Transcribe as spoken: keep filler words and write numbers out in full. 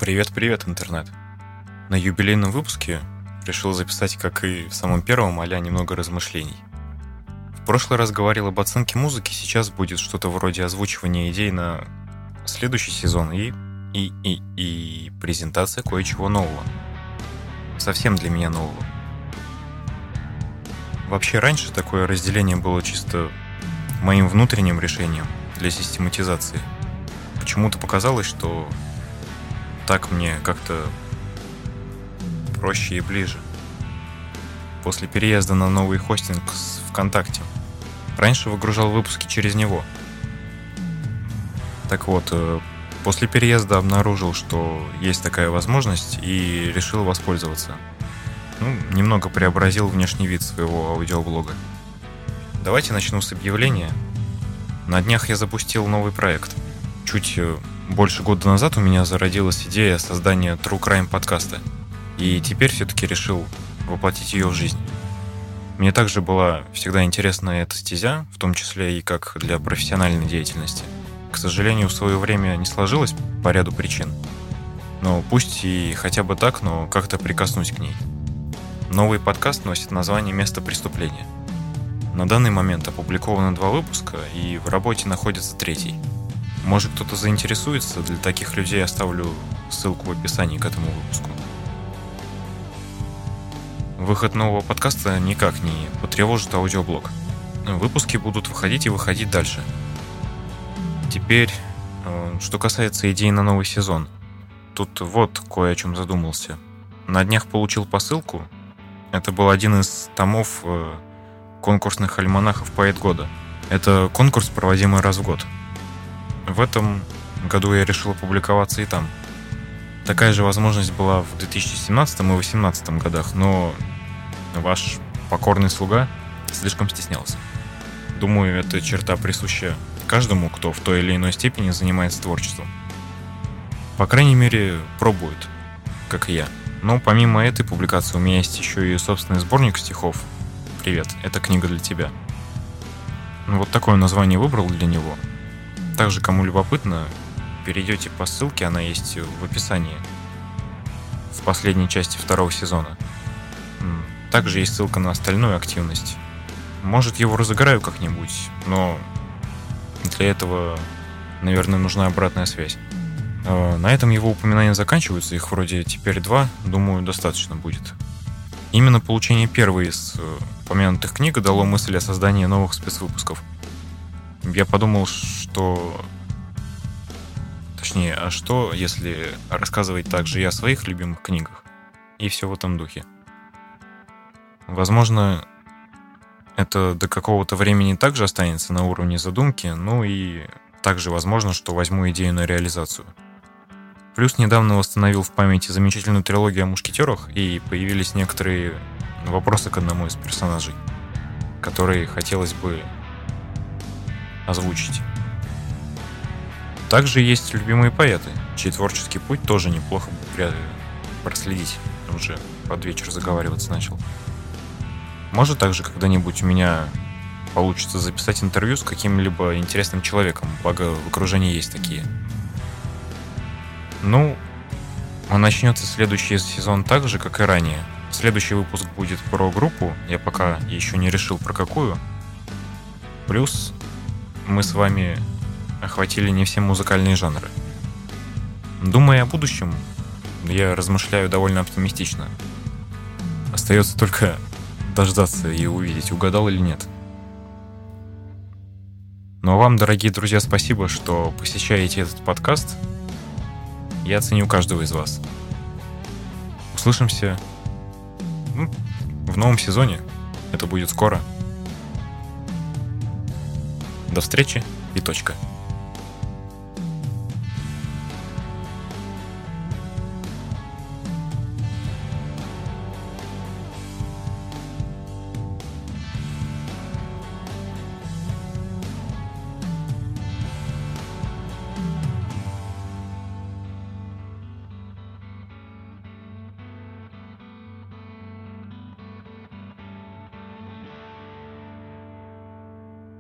Привет-привет, интернет! На юбилейном выпуске решил записать, как и в самом первом, а-ля немного размышлений. В прошлый раз говорил об оценке музыки, сейчас будет что-то вроде озвучивания идей на следующий сезон и, и, и, и презентация кое-чего нового. Совсем для меня нового. Вообще раньше такое разделение было чисто моим внутренним решением для систематизации. Почему-то показалось, что так мне как-то проще и ближе. После переезда на новый хостинг с ВКонтакте раньше выгружал выпуски через него. Так вот, после переезда обнаружил, что есть такая возможность, и решил воспользоваться. Ну, немного преобразил внешний вид своего аудиоблога. Давайте начну с объявления. На днях я запустил новый проект. Чуть больше года назад у меня зародилась идея создания True Crime подкаста, и теперь все-таки решил воплотить ее в жизнь. Мне также была всегда интересна эта стезя, в том числе и как для профессиональной деятельности. К сожалению, в свое время не сложилось по ряду причин. Но пусть и хотя бы так, но как-то прикоснусь к ней. Новый подкаст носит название «Место преступления». На данный момент опубликовано два выпуска, и в работе находится третий. Может, кто-то заинтересуется, для таких людей оставлю ссылку в описании к этому выпуску. Выход нового подкаста никак не потревожит аудиоблог. Выпуски будут выходить и выходить дальше. Теперь, что касается идей на новый сезон. Тут вот кое о чем задумался. На днях получил посылку. Это был один из томов конкурсных альманахов «Поэт года». Это конкурс, проводимый раз в год. В этом году я решил опубликоваться и там. Такая же возможность была в две тысячи семнадцатом и две тысячи восемнадцатом годах, но ваш покорный слуга слишком стеснялся. Думаю, эта черта присуща каждому, кто в той или иной степени занимается творчеством. По крайней мере, пробует, как и я. Но помимо этой публикации у меня есть еще и собственный сборник стихов. Привет, это книга для тебя. Вот такое название выбрал для него. Также, кому любопытно, перейдете по ссылке, она есть в описании, в последней части второго сезона. Также есть ссылка на остальную активность. Может, его разыграю как-нибудь, но для этого, наверное, нужна обратная связь. На этом его упоминания заканчиваются, их вроде теперь два, думаю, достаточно будет. Именно получение первой из упомянутых книг дало мысль о создании новых спецвыпусков. Я подумал, что... Точнее, а что, если рассказывать также и о своих любимых книгах? И все в этом духе. Возможно, это до какого-то времени также останется на уровне задумки, ну и также возможно, что возьму идею на реализацию. Плюс недавно восстановил в памяти замечательную трилогию о мушкетерах, и появились некоторые вопросы к одному из персонажей, которые хотелось бы озвучить. Также есть любимые поэты, чей творческий путь тоже неплохо бы проследить. Уже под вечер заговариваться начал. Может, также когда-нибудь у меня получится записать интервью с каким-либо интересным человеком, благо в окружении есть такие. Ну, а начнется следующий сезон так же, как и ранее. Следующий выпуск будет про группу, я пока еще не решил про какую. Плюс мы с вами охватили не все музыкальные жанры. Думая о будущем, я размышляю довольно оптимистично. Остается только дождаться и увидеть, угадал или нет. Ну а вам, дорогие друзья, спасибо, что посещаете этот подкаст. Я ценю каждого из вас. Услышимся ну, в новом сезоне. Это будет скоро. До встречи и точка.